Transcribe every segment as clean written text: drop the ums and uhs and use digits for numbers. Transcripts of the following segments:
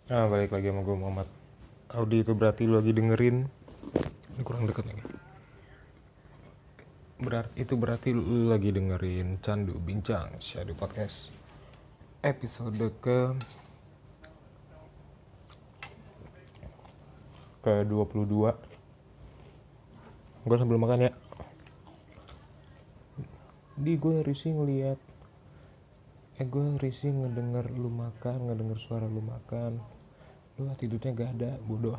Balik lagi sama gue Muhammad. Audi itu berarti lu lagi dengerin. Ini kurang deket lagi. Itu berarti lu lagi dengerin Candu Bincang Shadow Podcast episode ke 22. Gue sambil makan ya. Gue risih ngeliat. Gue risih ngedenger lu makan, ngedenger suara lu makan. Lu attitude-nya gak ada, bodoh.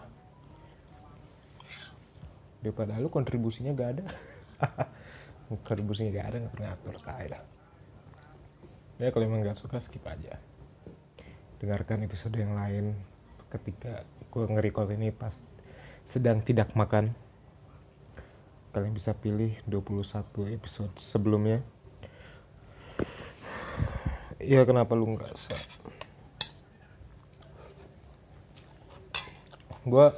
Daripada lu kontribusinya gak ada. Kontribusinya gak ada, ngatur-ngatur, tai dah. Ya kalau emang gak suka skip aja. Dengarkan episode yang lain ketika gue nge-record ini pas sedang tidak makan. Kalian bisa pilih 21 episode sebelumnya. Ya kenapa lu ngerasa gue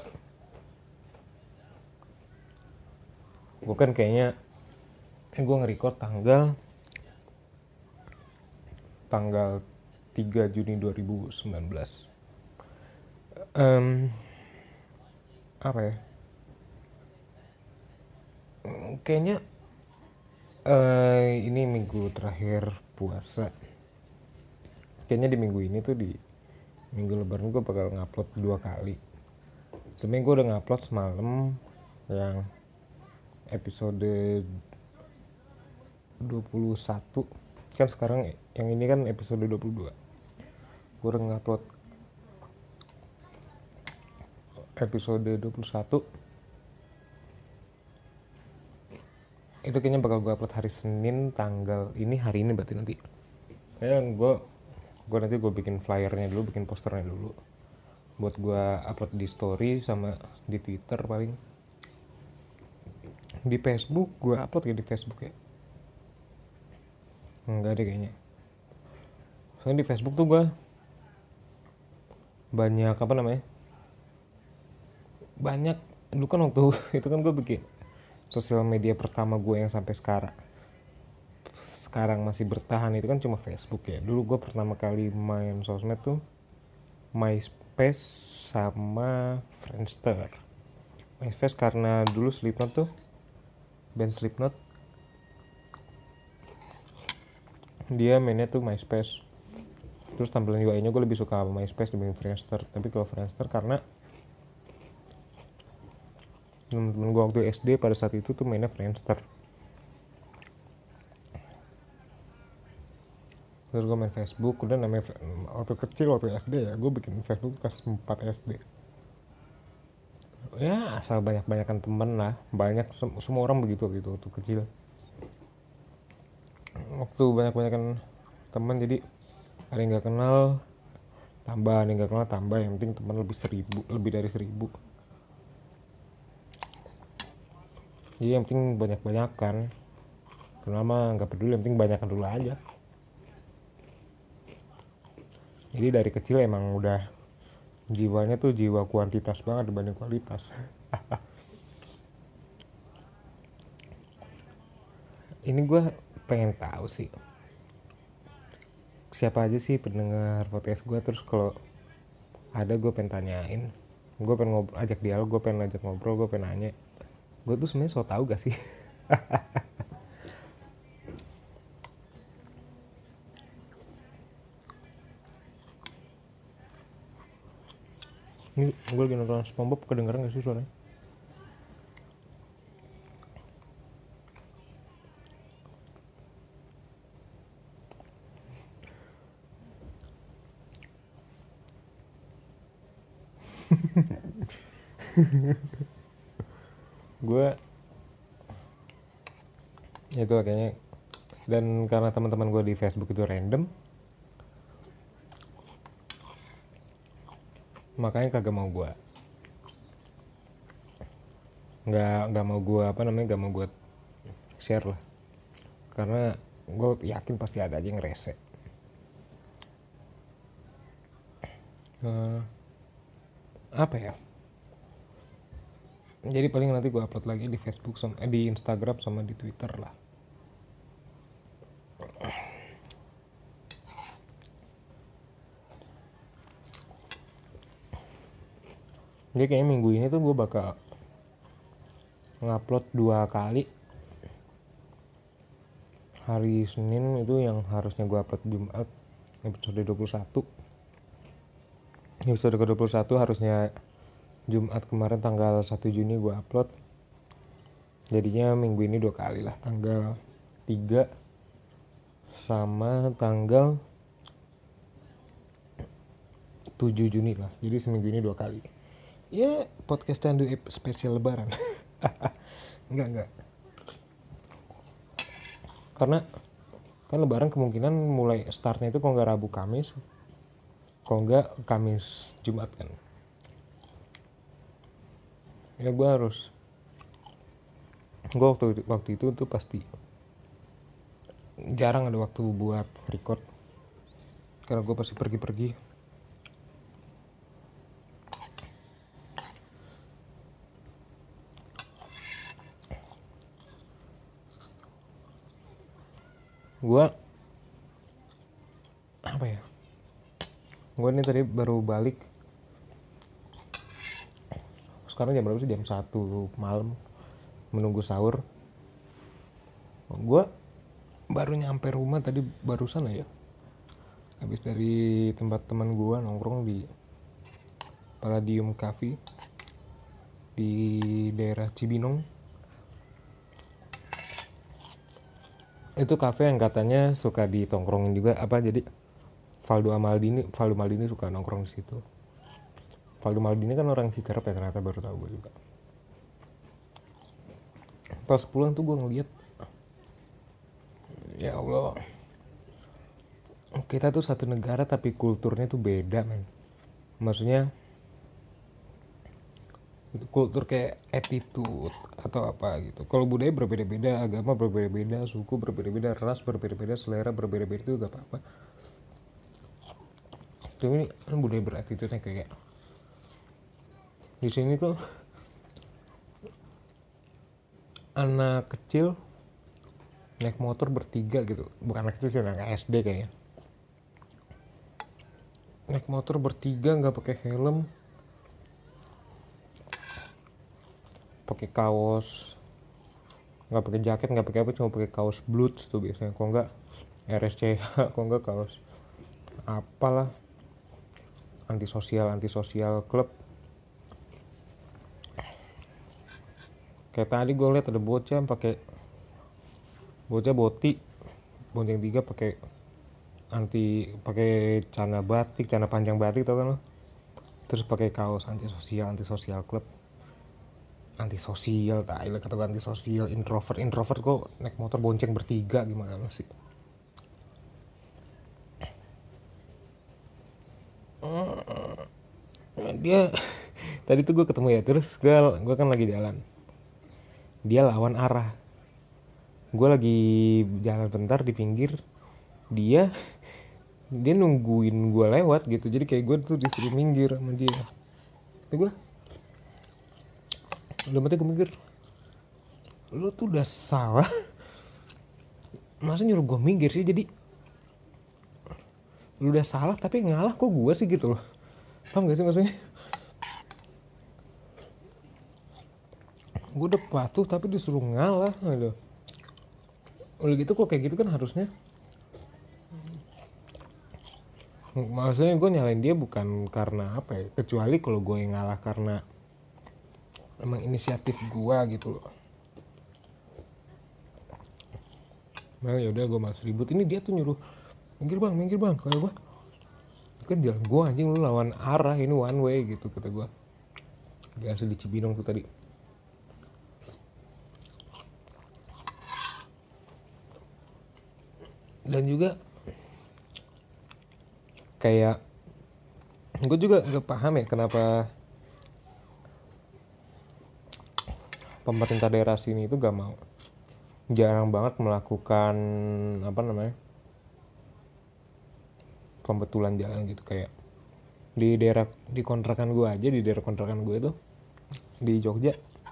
kan kayaknya gue nge-record tanggal 3 Juni 2019. Apa ya, kayaknya ini minggu terakhir puasa. Kayaknya di minggu ini tuh, di minggu lebaran gue bakal ngupload 2 kali. Sebenernya gue udah ngupload semalam yang episode 21. Kan sekarang yang ini kan episode 22. Gue udah ngupload episode 21. Itu kayaknya bakal gue upload hari Senin tanggal ini, hari ini berarti nanti. Kayaknya gue nanti gue bikin flyernya dulu, bikin posternya dulu buat gue upload di story sama di Twitter paling. Di Facebook gue upload ya, di Facebook ya? Enggak deh kayaknya. Soalnya di Facebook tuh gue banyak banyak dulu kan waktu itu kan gue bikin sosial media pertama gue yang sampai sekarang masih bertahan itu kan cuma Facebook ya. Dulu gue pertama kali main sosmed tuh MySpace sama Friendster. MySpace karena dulu Slipknot tuh, band Slipknot, dia mainnya tuh MySpace. Terus tampilan UI-nya gue lebih suka sama MySpace dibanding Friendster. Tapi kalau Friendster karena temen gue waktu SD pada saat itu tuh mainnya Friendster. Terus gue main Facebook, udah namanya waktu kecil, waktu SD ya, gue bikin Facebook kelas 4 SD. Ya asal banyak-banyakan temen lah, banyak, semua orang begitu gitu waktu kecil. Waktu banyak-banyakan temen, jadi ada yang gak kenal tambah, ada yang gak kenal tambah, yang penting temen lebih dari 1000. Jadi yang penting banyak-banyakan, kenal mah gak peduli, yang penting banyakan dulu aja. Jadi dari kecil emang udah jiwanya tuh jiwa kuantitas banget dibanding kualitas. Ini gue pengen tahu sih siapa aja sih pendengar podcast gue. Terus kalau ada gue pengen tanyain, gue pengen ajak dialog, gue pengen ajak ngobrol, gue pengen nanya, gue tuh sebenarnya so tau gak sih? Ini gue lagi nonton SpongeBob, kedengeran gak sih suaranya? Gue itu kayaknya, dan karena teman-teman gue di Facebook itu random, makanya kagak mau gue nggak mau gue nggak mau gue share lah, karena gue yakin pasti ada aja yang rese. Apa ya, jadi paling nanti gue upload lagi di Facebook sama di Instagram sama di Twitter lah. Jadi kayaknya minggu ini tuh gue bakal ngupload 2 kali. Hari Senin itu yang harusnya gue upload Jumat, episode 21. Episode ke-21 harusnya Jumat kemarin tanggal 1 Juni gue upload. Jadinya minggu ini 2 kali lah, tanggal 3 sama tanggal 7 Juni lah. Jadi seminggu ini 2 kali. Ya podcast Tandu spesial lebaran. Enggak. Karena kan lebaran kemungkinan mulai startnya itu kalau nggak Rabu Kamis, kalau nggak Kamis Jumat kan. Ya gue waktu itu tuh pasti jarang ada waktu buat record karena gue pasti pergi-pergi. Gue ini tadi baru balik. Sekarang jam berapa sih? Jam 1 malam menunggu sahur. Gue baru nyampe rumah tadi barusan aja. Habis dari tempat teman gue nongkrong di Palladium Cafe di daerah Cibinong. Itu kafe yang katanya suka ditongkrongin juga jadi Valdo Maldini suka nongkrong di situ. Valdo Maldini kan orang Cicerep ya, ternyata baru tahu gue juga. Pas pulang tuh gue ngeliat, ya Allah, kita tuh satu negara tapi kulturnya tuh beda, men. Maksudnya kultur kayak attitude atau apa gitu. Kalau budaya berbeda-beda, agama berbeda-beda, suku berbeda-beda, ras berbeda-beda, selera berbeda-beda itu gak apa-apa. Tapi ini budaya berattitude-nya kayak di sini tuh anak kecil naik motor bertiga gitu, bukan anak kecil sih, anak SD kayaknya. Naik motor bertiga nggak pakai helm, pakai kaos, nggak pakai jaket, nggak pakai apa, cuma pakai kaos blues tuh biasanya. Kok nggak RSCH, kok nggak kaos apalah, antisosial klub. Kayak tadi gue liat ada bocah boti bonceng 3 pakai celana panjang batik, tau kan lo? Terus pakai kaos antisosial klub. Antisosial, tai lah kata gue, antisosial, introvert kok naik motor bonceng bertiga, gimana sih? Dia tadi tuh gue ketemu ya, terus gue kan lagi jalan, dia lawan arah, gue lagi jalan bentar di pinggir, dia nungguin gue lewat gitu. Jadi kayak gue tuh disuruh minggir sama dia. Gue mikir, lo tuh udah salah, masa nyuruh gue minggir sih? Jadi lu udah salah tapi ngalah kok gue sih gitu loh. Paham gak sih maksudnya? Gue udah patuh tapi disuruh ngalah gitu. Udah gitu kok kayak gitu kan harusnya, maksudnya gue nyalain dia bukan karena apa ya, kecuali kalau gue yang ngalah karena emang inisiatif gue gitu loh. Nah yaudah gue malas ribut. Ini dia tuh nyuruh minggir bang. Kalau gue kan jalan gue, anjing, lu lawan arah, ini one way gitu kata gue. Dia asli di Cibinong tuh tadi. Dan juga kayak gue juga gak paham ya kenapa pemerintah daerah sini itu jarang banget melakukan pembetulan jalan gitu. Kayak di daerah kontrakan gue itu di Jogja,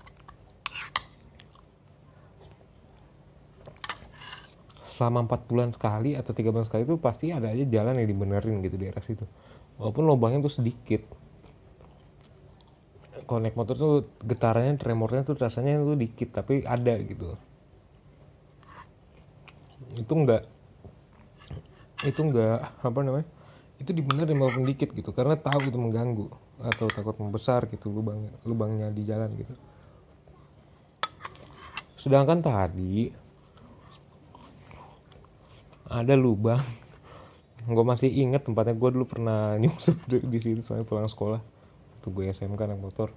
selama 4 bulan sekali atau 3 bulan sekali itu pasti ada aja jalan yang dibenerin gitu daerah situ, walaupun lubangnya tuh sedikit. Kalau naik motor tuh getarannya, tremornya tuh rasanya tuh dikit tapi ada gitu. Itu enggak apa namanya, itu dibenerin walaupun dikit gitu karena tahu itu mengganggu atau takut membesar gitu lubangnya di jalan gitu. Sedangkan tadi ada lubang, gue masih inget tempatnya, gue dulu pernah nyusup di situ soalnya pulang sekolah waktu gue SMK naik motor.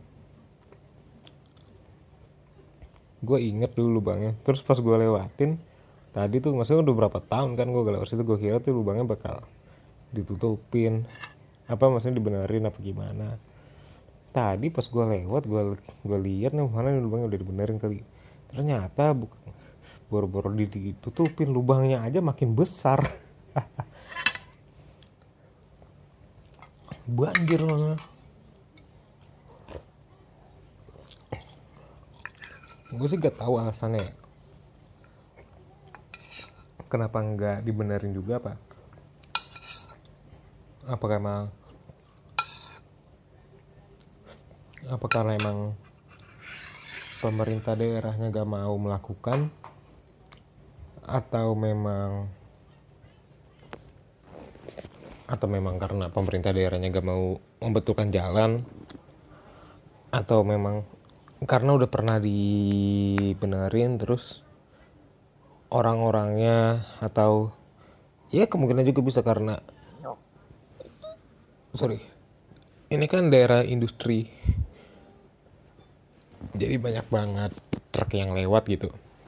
Gue inget dulu lubangnya, terus pas gue lewatin tadi tuh, maksudnya udah berapa tahun kan gue gak lewat situ, gue kira tuh lubangnya bakal ditutupin apa, maksudnya dibenerin apa gimana. Tadi pas gue lewat, gue lihat nih mana nih lubangnya udah dibenerin kali, ternyata boro-boro ditutupin lubangnya aja makin besar. Banjir loh. Gue sih gak tahu alasannya kenapa nggak dibenerin juga, apakah karena emang pemerintah daerahnya gak mau melakukan, atau memang karena pemerintah daerahnya gak mau membetulkan jalan, atau memang karena udah pernah dibenerin terus orang-orangnya, atau ya kemungkinan juga bisa karena ini kan daerah industri, jadi banyak banget truk yang lewat gitu.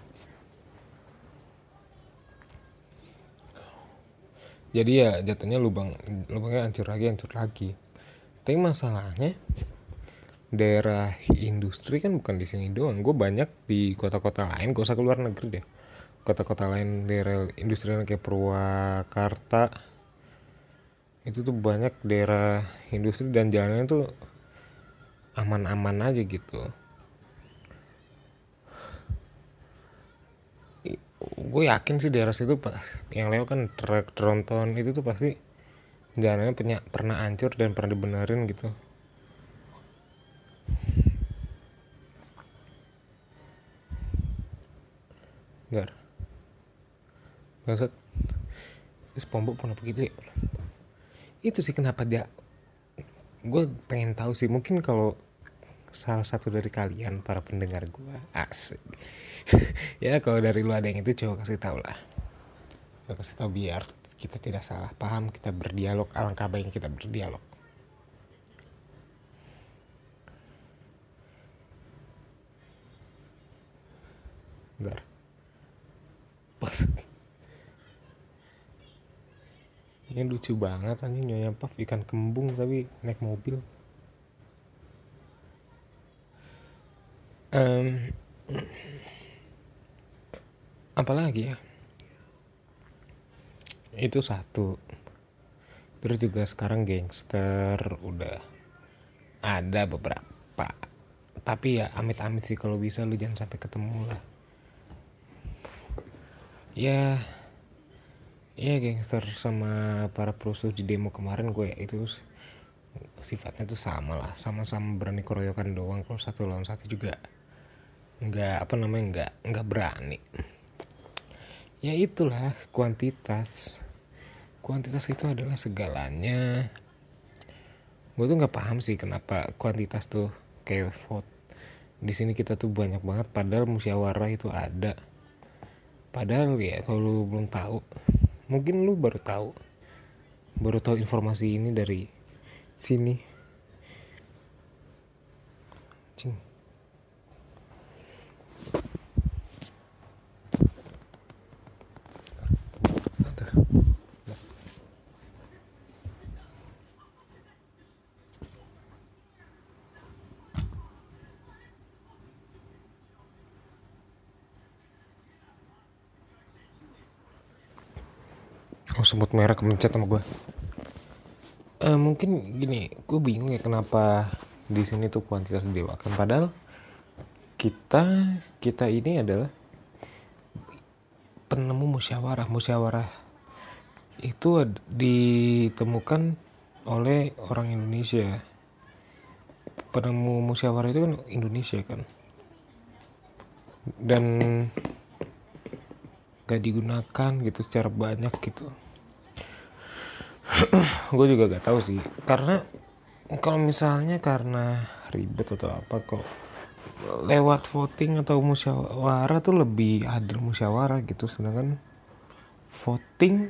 Jadi ya jatuhnya lubangnya hancur lagi. Tapi masalahnya daerah industri kan bukan di sini doang. Gue banyak di kota-kota lain, gak usah keluar negeri deh. Kota-kota lain daerah industri kayak Purwakarta, itu tuh banyak daerah industri dan jalannya tuh aman-aman aja gitu. Gue yakin sih daerah situ pas yang lewat kan truk tronton itu tuh pasti jalannya pernah hancur dan pernah dibenerin gitu. Enggak. Maksud SpongeBob kenapa gitu ya? Itu sih kenapa dia. Gue pengen tahu sih, mungkin kalau salah satu dari kalian para pendengar gue asik ya kalau dari lu ada yang itu coba kasih tahu lah, coba kasih tahu biar kita tidak salah paham, kita berdialog, alangkah baiknya kita berdialog. Bentar. Ini lucu banget anjing, Nyonya Puff ikan kembung tapi naik mobil. Apalagi ya, itu satu. Terus juga sekarang gangster udah ada beberapa, tapi ya amit-amit sih kalau bisa lu jangan sampai ketemu lah. Ya gangster sama para perusuh di demo kemarin, gue itu sifatnya tuh sama lah, sama-sama berani keroyokan doang. Kalau satu lawan satu juga nggak berani. Ya itulah kuantitas itu adalah segalanya. Gue tuh nggak paham sih kenapa kuantitas tuh kayak vote di sini kita tuh banyak banget, padahal musyawarah itu ada. Padahal ya kalau lu belum tahu, mungkin lu baru tahu informasi ini dari sini. Cing. Oh, semut merah kemencet sama gue. Mungkin gini, gue bingung ya kenapa di sini tuh kuantitas didewakan, padahal kita ini adalah penemu musyawarah itu ditemukan oleh orang Indonesia. penemu musyawarah itu kan Indonesia kan, dan gak digunakan gitu secara banyak gitu. Gue juga gak tahu sih, karena kalau misalnya karena ribet atau apa, kok lewat voting atau musyawarah tuh lebih adil musyawarah gitu. Sedangkan voting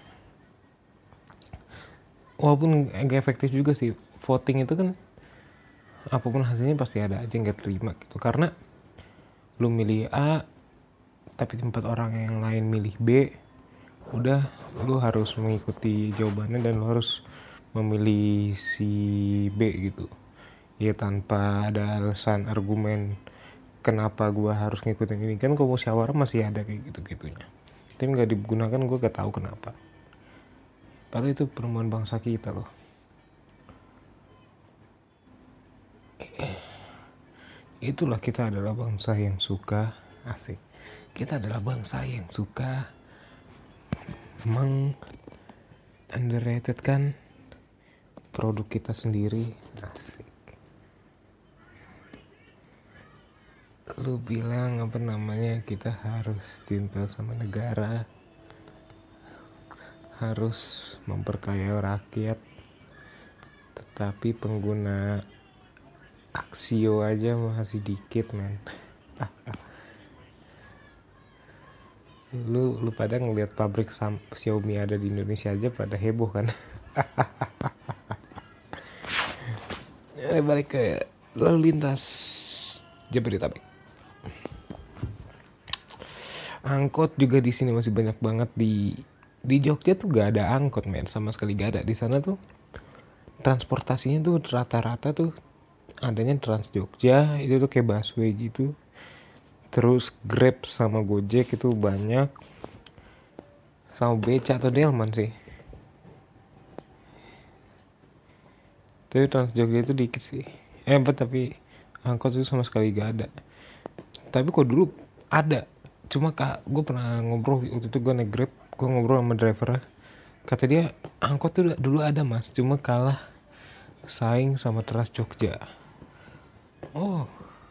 walaupun agak efektif juga sih, voting itu kan apapun hasilnya pasti ada aja yang gak terima gitu. Karena lu milih A tapi tempat orang yang lain milih B, udah lu harus mengikuti jawabannya dan lu harus memilih si B gitu ya, tanpa ada alasan argumen kenapa gua harus ngikutin ini. Kan kalau musyawarah masih ada kayak gitu-gitunya, tapi nggak digunakan. Gua gak tahu kenapa, padahal itu perempuan bangsa kita loh. Itulah, kita adalah bangsa yang suka asik. Kita adalah bangsa yang suka underrated kan produk kita sendiri. Asik. Lu bilang apa namanya, kita harus cinta sama negara, harus memperkaya rakyat, tetapi pengguna Axio aja masih dikit, men. Lu pada ngeliat pabrik Xiaomi ada di Indonesia aja pada heboh kan. Balik ke lalu lintas Jabodetabek. Angkot juga di sini masih banyak banget. Di Jogja tuh gak ada angkot, men, sama sekali gak ada. Di sana tuh transportasinya tuh rata-rata tuh adanya Trans Jogja, itu tuh kayak busway gitu. Terus Grab sama Gojek itu banyak, sama Beca atau Delman sih. Tapi Trans Jogja itu dikit sih. Tapi angkot itu sama sekali gak ada. Tapi kok dulu ada, cuma gue pernah ngobrol waktu itu, gue naik Grab, gue ngobrol sama drivernya, kata dia angkot tuh dulu ada mas, cuma kalah saing sama Trans Jogja. Oh,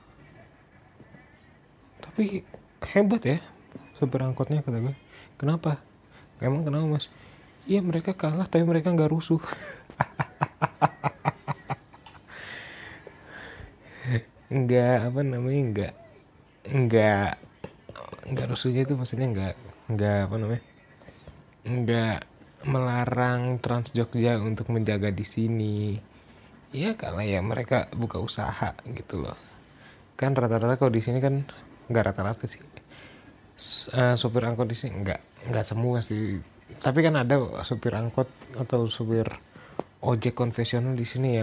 tapi hebat ya sopir angkotnya, kata gue. Kenapa? Emang kenapa mas? Iya, mereka kalah tapi mereka gak rusuh. Enggak rusuhnya itu maksudnya enggak melarang Trans Jogja untuk menjaga di sini. Ya kalau ya mereka buka usaha gitu loh. Kan rata-rata kalau di sini kan enggak rata-rata sih. Sopir angkot di sini enggak semua sih. Tapi kan ada sopir angkot atau sopir ojek konvensional di sini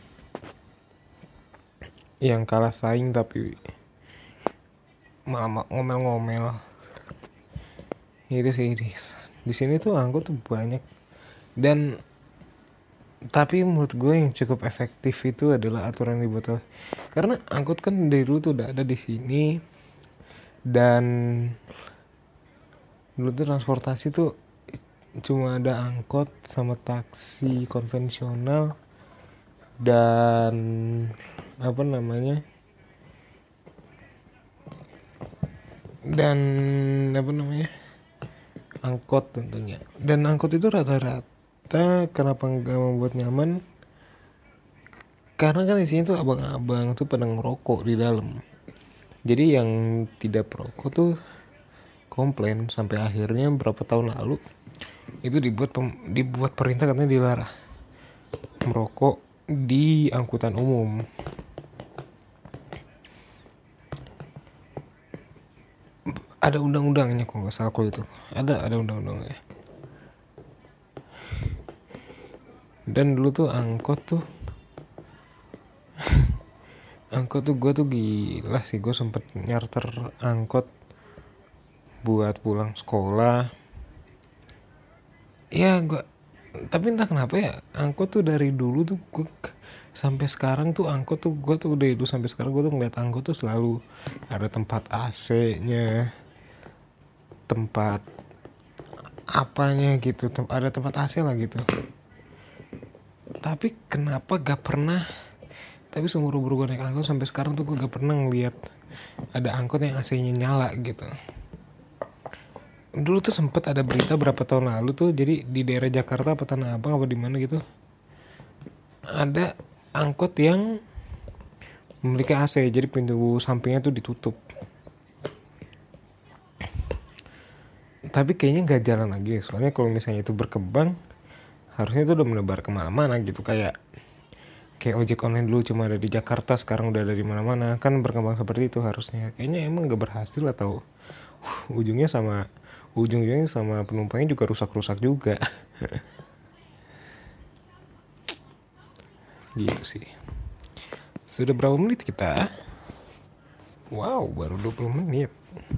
yang kalah saing tapi malah ngomel-ngomel. Itu sih di sini tuh angkot tuh banyak. Dan tapi menurut gue yang cukup efektif itu adalah aturan di botol. Karena angkot kan dari dulu tuh udah ada di sini, dan dulu tuh transportasi tuh cuma ada angkot sama taksi konvensional dan angkot tentunya. Dan angkot itu rata-rata kenapa nggak membuat nyaman, karena kan isinya tuh abang-abang tuh pada ngerokok di dalam. Jadi yang tidak perokok tuh komplain, sampai akhirnya berapa tahun lalu itu dibuat perintah, katanya dilarang merokok di angkutan umum. Ada undang-undangnya kok nggak salah itu. Ada undang-undangnya. Dan dulu tuh angkot tuh gue tuh gila sih, gue sempet nyarter angkot buat pulang sekolah. Ya tapi entah kenapa ya, angkot tuh dari dulu tuh gue sampai sekarang tuh angkot tuh gue tuh dari dulu sampai sekarang gue tuh ngeliat angkot tuh selalu ada tempat AC-nya, tempat apanya gitu, ada tempat AC lah gitu. Tapi kenapa gak pernah Tapi seumur umur gue naik angkot sampai sekarang tuh gue gak pernah ngeliat ada angkot yang AC-nya nyala gitu. Dulu tuh sempet ada berita berapa tahun lalu tuh, jadi di daerah Jakarta apa Tanah Abang apa di mana gitu, ada angkot yang memiliki AC, jadi pintu sampingnya tuh ditutup. Tapi kayaknya nggak jalan lagi, soalnya kalau misalnya itu berkembang harusnya itu udah menebar kemana-mana gitu, kayak ojek online dulu cuma ada di Jakarta, sekarang udah ada di mana-mana, kan berkembang seperti itu harusnya. Kayaknya emang nggak berhasil atau ujungnya sama penumpangnya juga rusak-rusak juga. Gitu sih. Sudah berapa menit kita? Wow, baru 20 menit.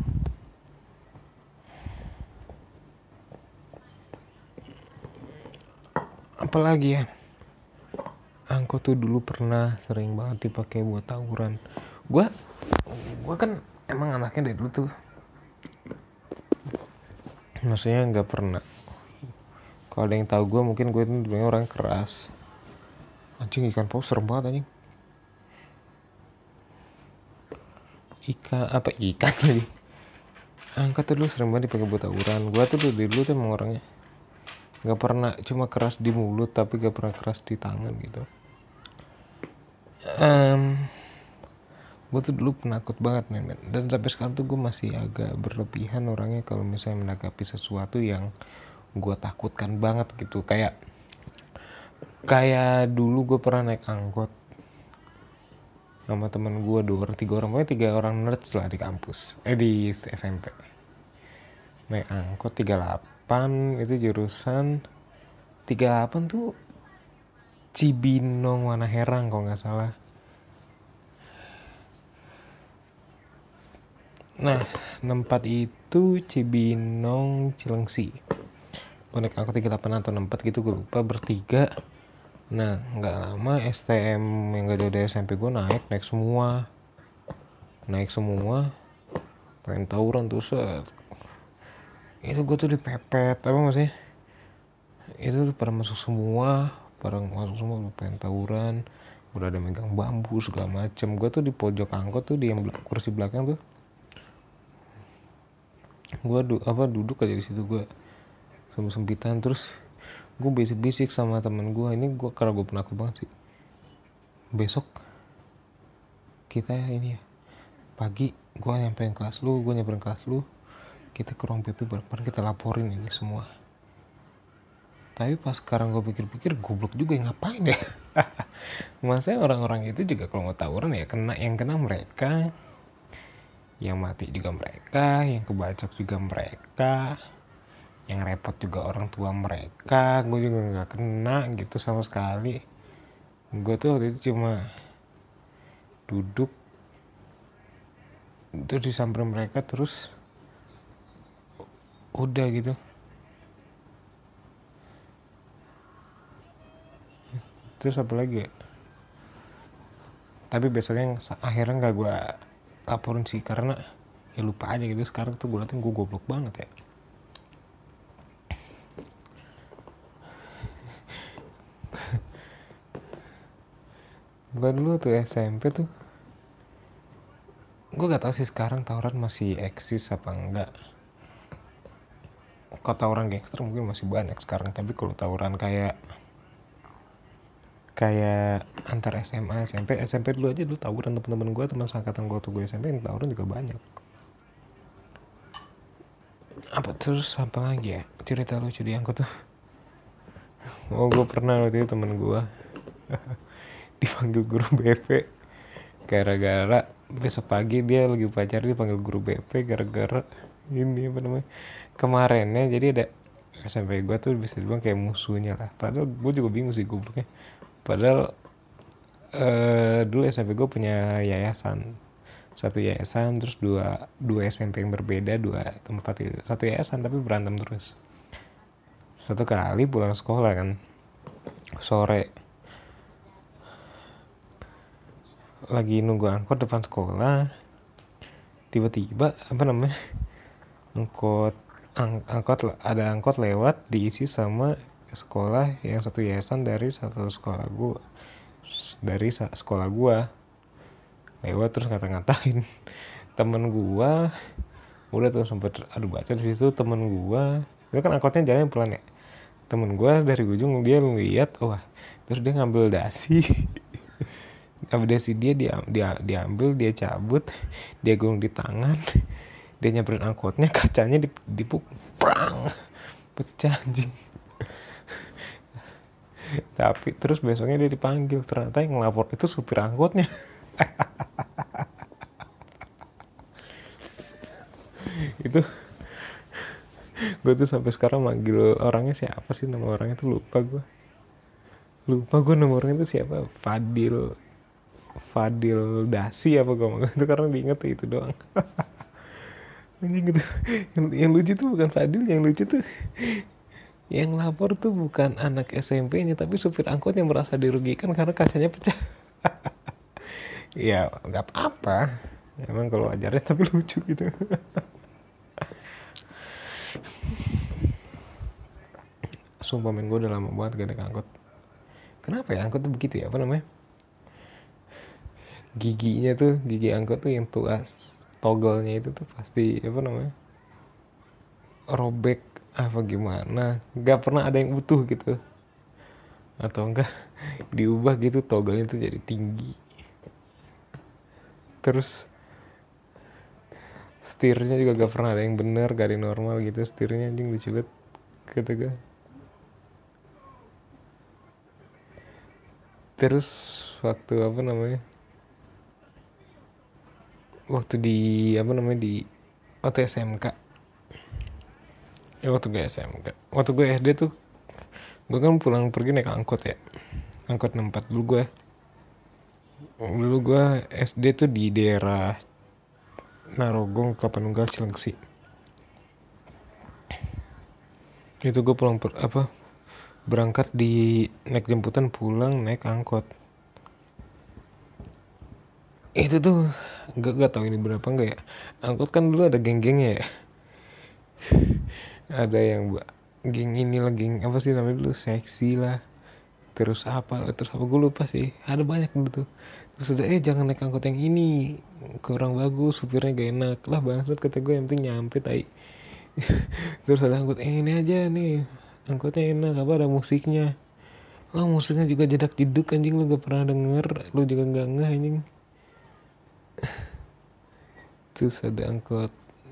Apalagi ya, angkot tuh dulu pernah sering banget dipakai buat tawuran. Gua kan emang anaknya dari dulu tuh, maksudnya nggak pernah. Kalau ada yang tahu gue, mungkin gue itu dulunya orang keras. Anjing, ikan paus serem banget anjing. Ikan lagi. Angkot tuh dulu sering banget dipakai buat tawuran. Gue tuh dulu tuh emang orangnya nggak pernah cuma keras di mulut, tapi gak pernah keras di tangan gitu. Gue tuh dulu penakut banget men. Dan sampai sekarang tuh gue masih agak berlebihan orangnya kalau misalnya menanggapi sesuatu yang gue takutkan banget gitu. Kayak dulu gue pernah naik angkot sama temen gue, 3 orang nerds lah di kampus, di SMP. Naik angkot 38, itu jurusan 38 tuh Cibinong Manaherang kalau nggak salah. Nah, 64 itu Cibinong Cilengsi. Naik angkot 38 atau 64 gitu, gue lupa, bertiga. Nah, nggak lama STM yang gak jauh dari SMP gue naik semua. Pengen tawuran tuh set. Itu gue tuh dipepet, apa maksudnya? Itu pada masuk semua, pengen tawuran. Udah ada megang bambu segala macem. Gue tuh di pojok angkot tuh, di kursi belakang tuh. Gue duduk aja di situ, gue sempitan. Terus gue bisik-bisik sama temen gue, ini gue karena gue penakut banget sih, besok kita ini ya pagi gue nyamperin kelas lu, kita ke ruang PP bareng-bareng, kita laporin ini semua. Tapi pas sekarang gue pikir-pikir, goblok juga, ngapain ya? Maksudnya orang-orang itu juga kalau mau tawuran ya yang kena mereka, yang mati juga mereka, yang kebacok juga mereka, yang repot juga orang tua mereka. Gue juga nggak kena gitu sama sekali. Gue tuh waktu itu cuma duduk terus disamperin mereka, terus udah gitu. Terus apa lagi ya? Tapi besoknya akhirnya nggak gue laporin sih, karena ya lupa aja gitu. Sekarang tuh gue liatin gue goblok banget ya. Gue dulu tuh SMP tuh, gue gak tahu sih sekarang tawuran masih eksis apa enggak. Kalau tawuran gangster mungkin masih banyak sekarang, tapi kalau tawuran kayak antar SMA, SMP dulu aja dulu tawuran, teman-teman gue, teman seangkatan gue tuh, gue SMP yang tawuran juga banyak. Apa lagi ya cerita lucu di angkot tuh? Gue pernah waktu itu temen gue dipanggil guru BP gara-gara besok pagi dia lagi upacara, dipanggil guru BP gara-gara ini apa namanya kemarinnya. Jadi ada SMP gue tuh bisa dibilang kayak musuhnya lah, padahal gue juga bingung sih gobloknya. Padahal dulu SMP gue punya satu yayasan, terus dua SMP yang berbeda, 2 tempat itu, satu yayasan tapi berantem terus. Satu kali pulang sekolah kan sore, lagi nunggu angkot depan sekolah, tiba-tiba ada angkot lewat diisi sama sekolah yang satu yayasan dari satu sekolah gue. dari sekolah gue lewat terus ngata-ngatain temen gue. Udah tuh sempet adu baca di situ. Temen gue itu kan angkotnya jalannya pelan ya, temen gue dari ujung dia lihat, wah, terus dia ngambil dasi. Ambil dasi dia diambil, dia cabut, dia gulung di tangan, dia nyamperin angkotnya, kacanya dipuk prang, pecah anjing. Tapi terus besoknya dia dipanggil, ternyata yang ngelapor itu supir angkotnya. Itu gue tuh sampai sekarang manggil orangnya siapa sih, nama orangnya tuh lupa gue nama orangnya tuh siapa, Fadil Dasi apa gue ngomong itu, karena diinget itu doang. Anjing gitu. Yang lucu tuh bukan Fadil, yang lucu tuh yang lapor tuh bukan anak SMP-nya, tapi supir angkot yang merasa dirugikan karena kacanya pecah. Ya nggak apa-apa, emang kalau ajarnya, tapi lucu gitu. Sumpah men, gue udah lama banget gak naik angkot. Kenapa ya angkot tuh begitu ya, apa namanya, gigi angkot tuh yang tuas toggle-nya itu tuh pasti apa namanya, robek apa gimana, nggak pernah ada yang utuh gitu, atau enggak diubah gitu toggle-nya tuh jadi tinggi. Terus setirnya juga gak pernah ada yang bener, gak ada yang normal gitu setirnya, anjing lucu banget kata gue. Terus waktu apa namanya, waktu di apa namanya di waktu SMK, waktu gue SMK, waktu gue SD tuh gue kan pulang pergi naik angkot ya, angkot 64 dulu gue SD tuh di daerah Narogong, Kelapa Cilengsi. Itu gue pulang berangkat di naik jemputan, pulang naik angkot. Itu tuh gak tahu ini berapa enggak ya, angkot kan dulu ada geng-gengnya ya. Ada yang geng inilah, geng apa sih namanya dulu, seksi lah, terus apa gue lupa sih, ada banyak dulu tuh. Terus udah jangan naik angkot yang ini, kurang bagus, supirnya gak enak lah bangsat kata gue, yang penting nyampe tai. Terus ada angkot ini aja nih, angkotnya enak, apa ada musiknya lah, musiknya juga jedak jeduk anjing, lu gak pernah denger, lu juga gak ngeh anjing. Terus ada angkot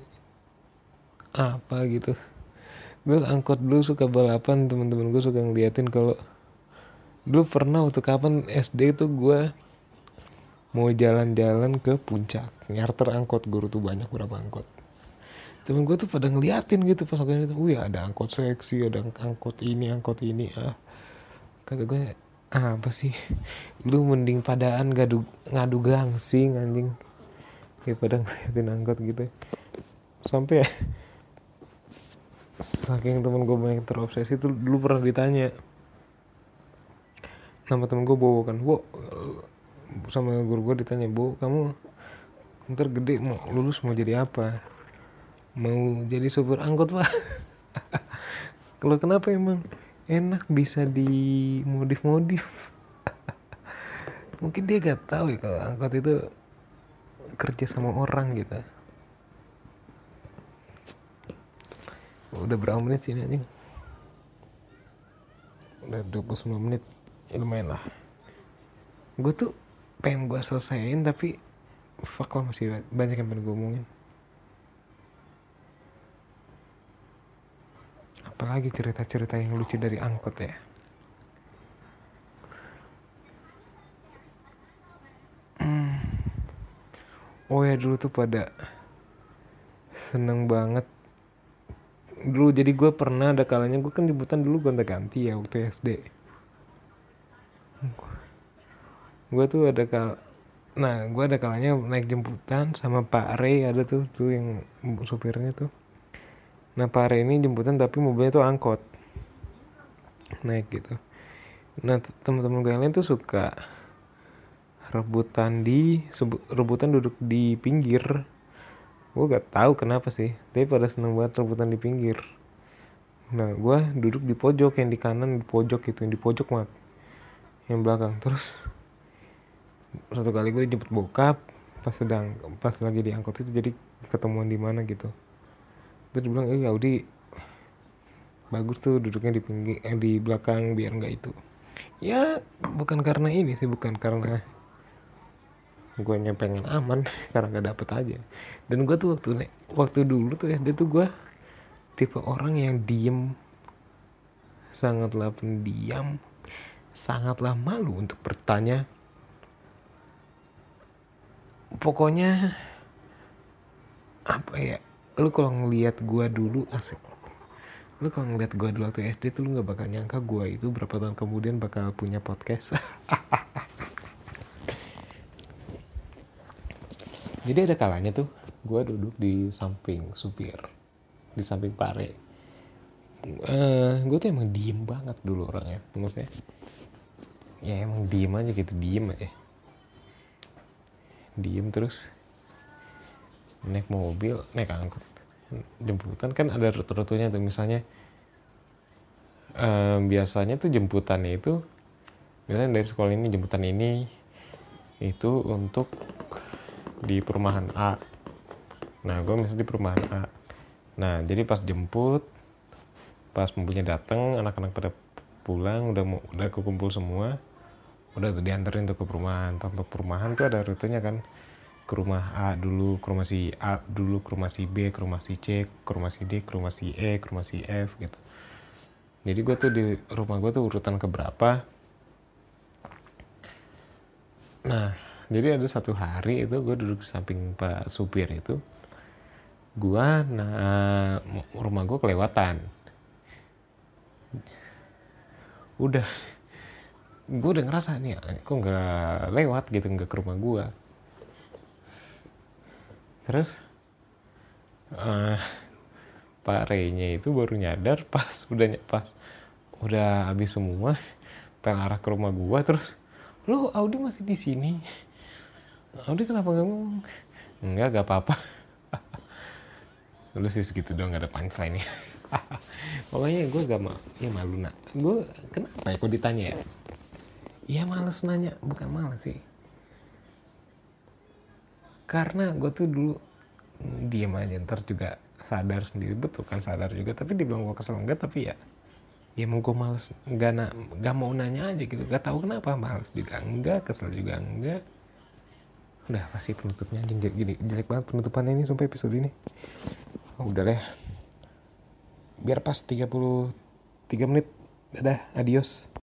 apa gitu. Terus angkot dulu suka balapan, teman-teman gue suka ngeliatin. Kalau dulu pernah waktu kapan SD tuh gue mau jalan-jalan ke puncak, nyarter angkot, guru tuh banyak berapa angkot, temen gue tuh pada ngeliatin gitu pas waktu itu, wih ada angkot seksi, ada angkot ini kata gue, apa sih lu mending padaan ngadu gangsing anjing daripada ngeliatin angkot gitu. Sampai saking temen gue banyak terobsesi tuh, dulu pernah ditanya nama temen gue, Bowo kan, sama guru gue ditanya, Bo, kamu ntar gede mau lulus mau jadi apa? Mau jadi sopir angkot pak. Kalau kenapa, emang enak bisa dimodif. Mungkin dia gak tahu ya kalau angkot itu kerja sama orang gitu. Udah berapa menit sih ini anjing? Udah 29 menit, ya lumayan lah. Gue tuh pengen gue selesaiin, tapi fuck lah, masih banyak yang pengen gue omongin. Apalagi cerita-cerita yang lucu dari angkot ya. Oh ya, dulu tuh pada seneng banget dulu. Jadi gue pernah ada kalanya, gue kan jemputan dulu gonta-ganti ya waktu SD. Gue tuh gue ada kalanya naik jemputan sama Pak Rey, ada tuh yang supirnya tuh. Nah Pak Rey ini jemputan tapi mobilnya tuh angkot, naik gitu. Nah teman-teman gue yang lain tuh suka rebutan duduk di pinggir. Gue gak tahu kenapa sih, tapi pada seneng banget rebutan di pinggir. Nah gue duduk di pojok, yang di kanan di pojok gitu, yang di pojok mat, yang belakang. Terus satu kali gue jemput bokap pas lagi di angkot itu, jadi ketemuan di mana gitu. Terus dia bilang, Audi bagus tuh duduknya di pinggir di belakang biar nggak itu. Ya bukan karena ini sih, bukan karena gue pengen aman karena nggak dapet aja. Dan gue tuh waktu dulu tuh SD tuh gue tipe orang yang diem, sangatlah pendiam, sangatlah malu untuk bertanya. Pokoknya apa ya, lu kalau ngelihat gue dulu asik, lu kalau ngeliat gue dulu waktu SD tuh lu nggak bakal nyangka gue itu berapa tahun kemudian bakal punya podcast. Jadi ada kalanya tuh gue duduk di samping supir, di samping pare. Gue tuh emang diem banget dulu orangnya, maksudnya ya emang diem aja gitu, diem aja, diem. Terus naik mobil, naik angkot jemputan kan ada rute-rutenya tuh. Misalnya biasanya tuh jemputannya itu biasanya dari sekolah ini, jemputan ini itu untuk di perumahan A. Nah gue misalnya di perumahan A. Nah jadi pas jemput, pas mobilnya datang, anak-anak pada pulang, udah kekumpul semua, udah tuh dianterin tuh ke perumahan. Perumahan tuh ada rutenya kan, ke rumah A dulu, ke rumah si A dulu, ke rumah si B, ke rumah si C, ke rumah si D, ke rumah si E, ke rumah si F gitu. Jadi gue tuh di rumah gue tuh urutan keberapa. Nah jadi ada satu hari itu gue duduk di samping pak supir itu, rumah gue kelewatan. Gue udah ngerasa nih kok nggak lewat gitu, nggak ke rumah gue. Terus Pak Rey-nya itu baru nyadar pas udah habis semua, pengen arah ke rumah gue. Terus, lo Audi masih di sini? Audi kenapa nggak ngomong? Enggak apa-apa. Lu sih segitu doang, gak ada punchline nya. Pokoknya gue gak mau, ya malu nak. Gue kenapa ya kok ditanya ya? Ya males nanya, bukan males sih. Karena gue tuh dulu diem aja, ntar juga sadar sendiri. Betul kan, sadar juga. Tapi dibilang gue kesel enggak, tapi ya emang gue males, gak mau nanya aja gitu. Gak tahu kenapa, males juga enggak, kesel juga enggak. Udah pasti penutupnya anjing gini, jelek banget penutupannya ini sampai episode ini. Udah deh, biar pas 33 menit. Dadah, adios.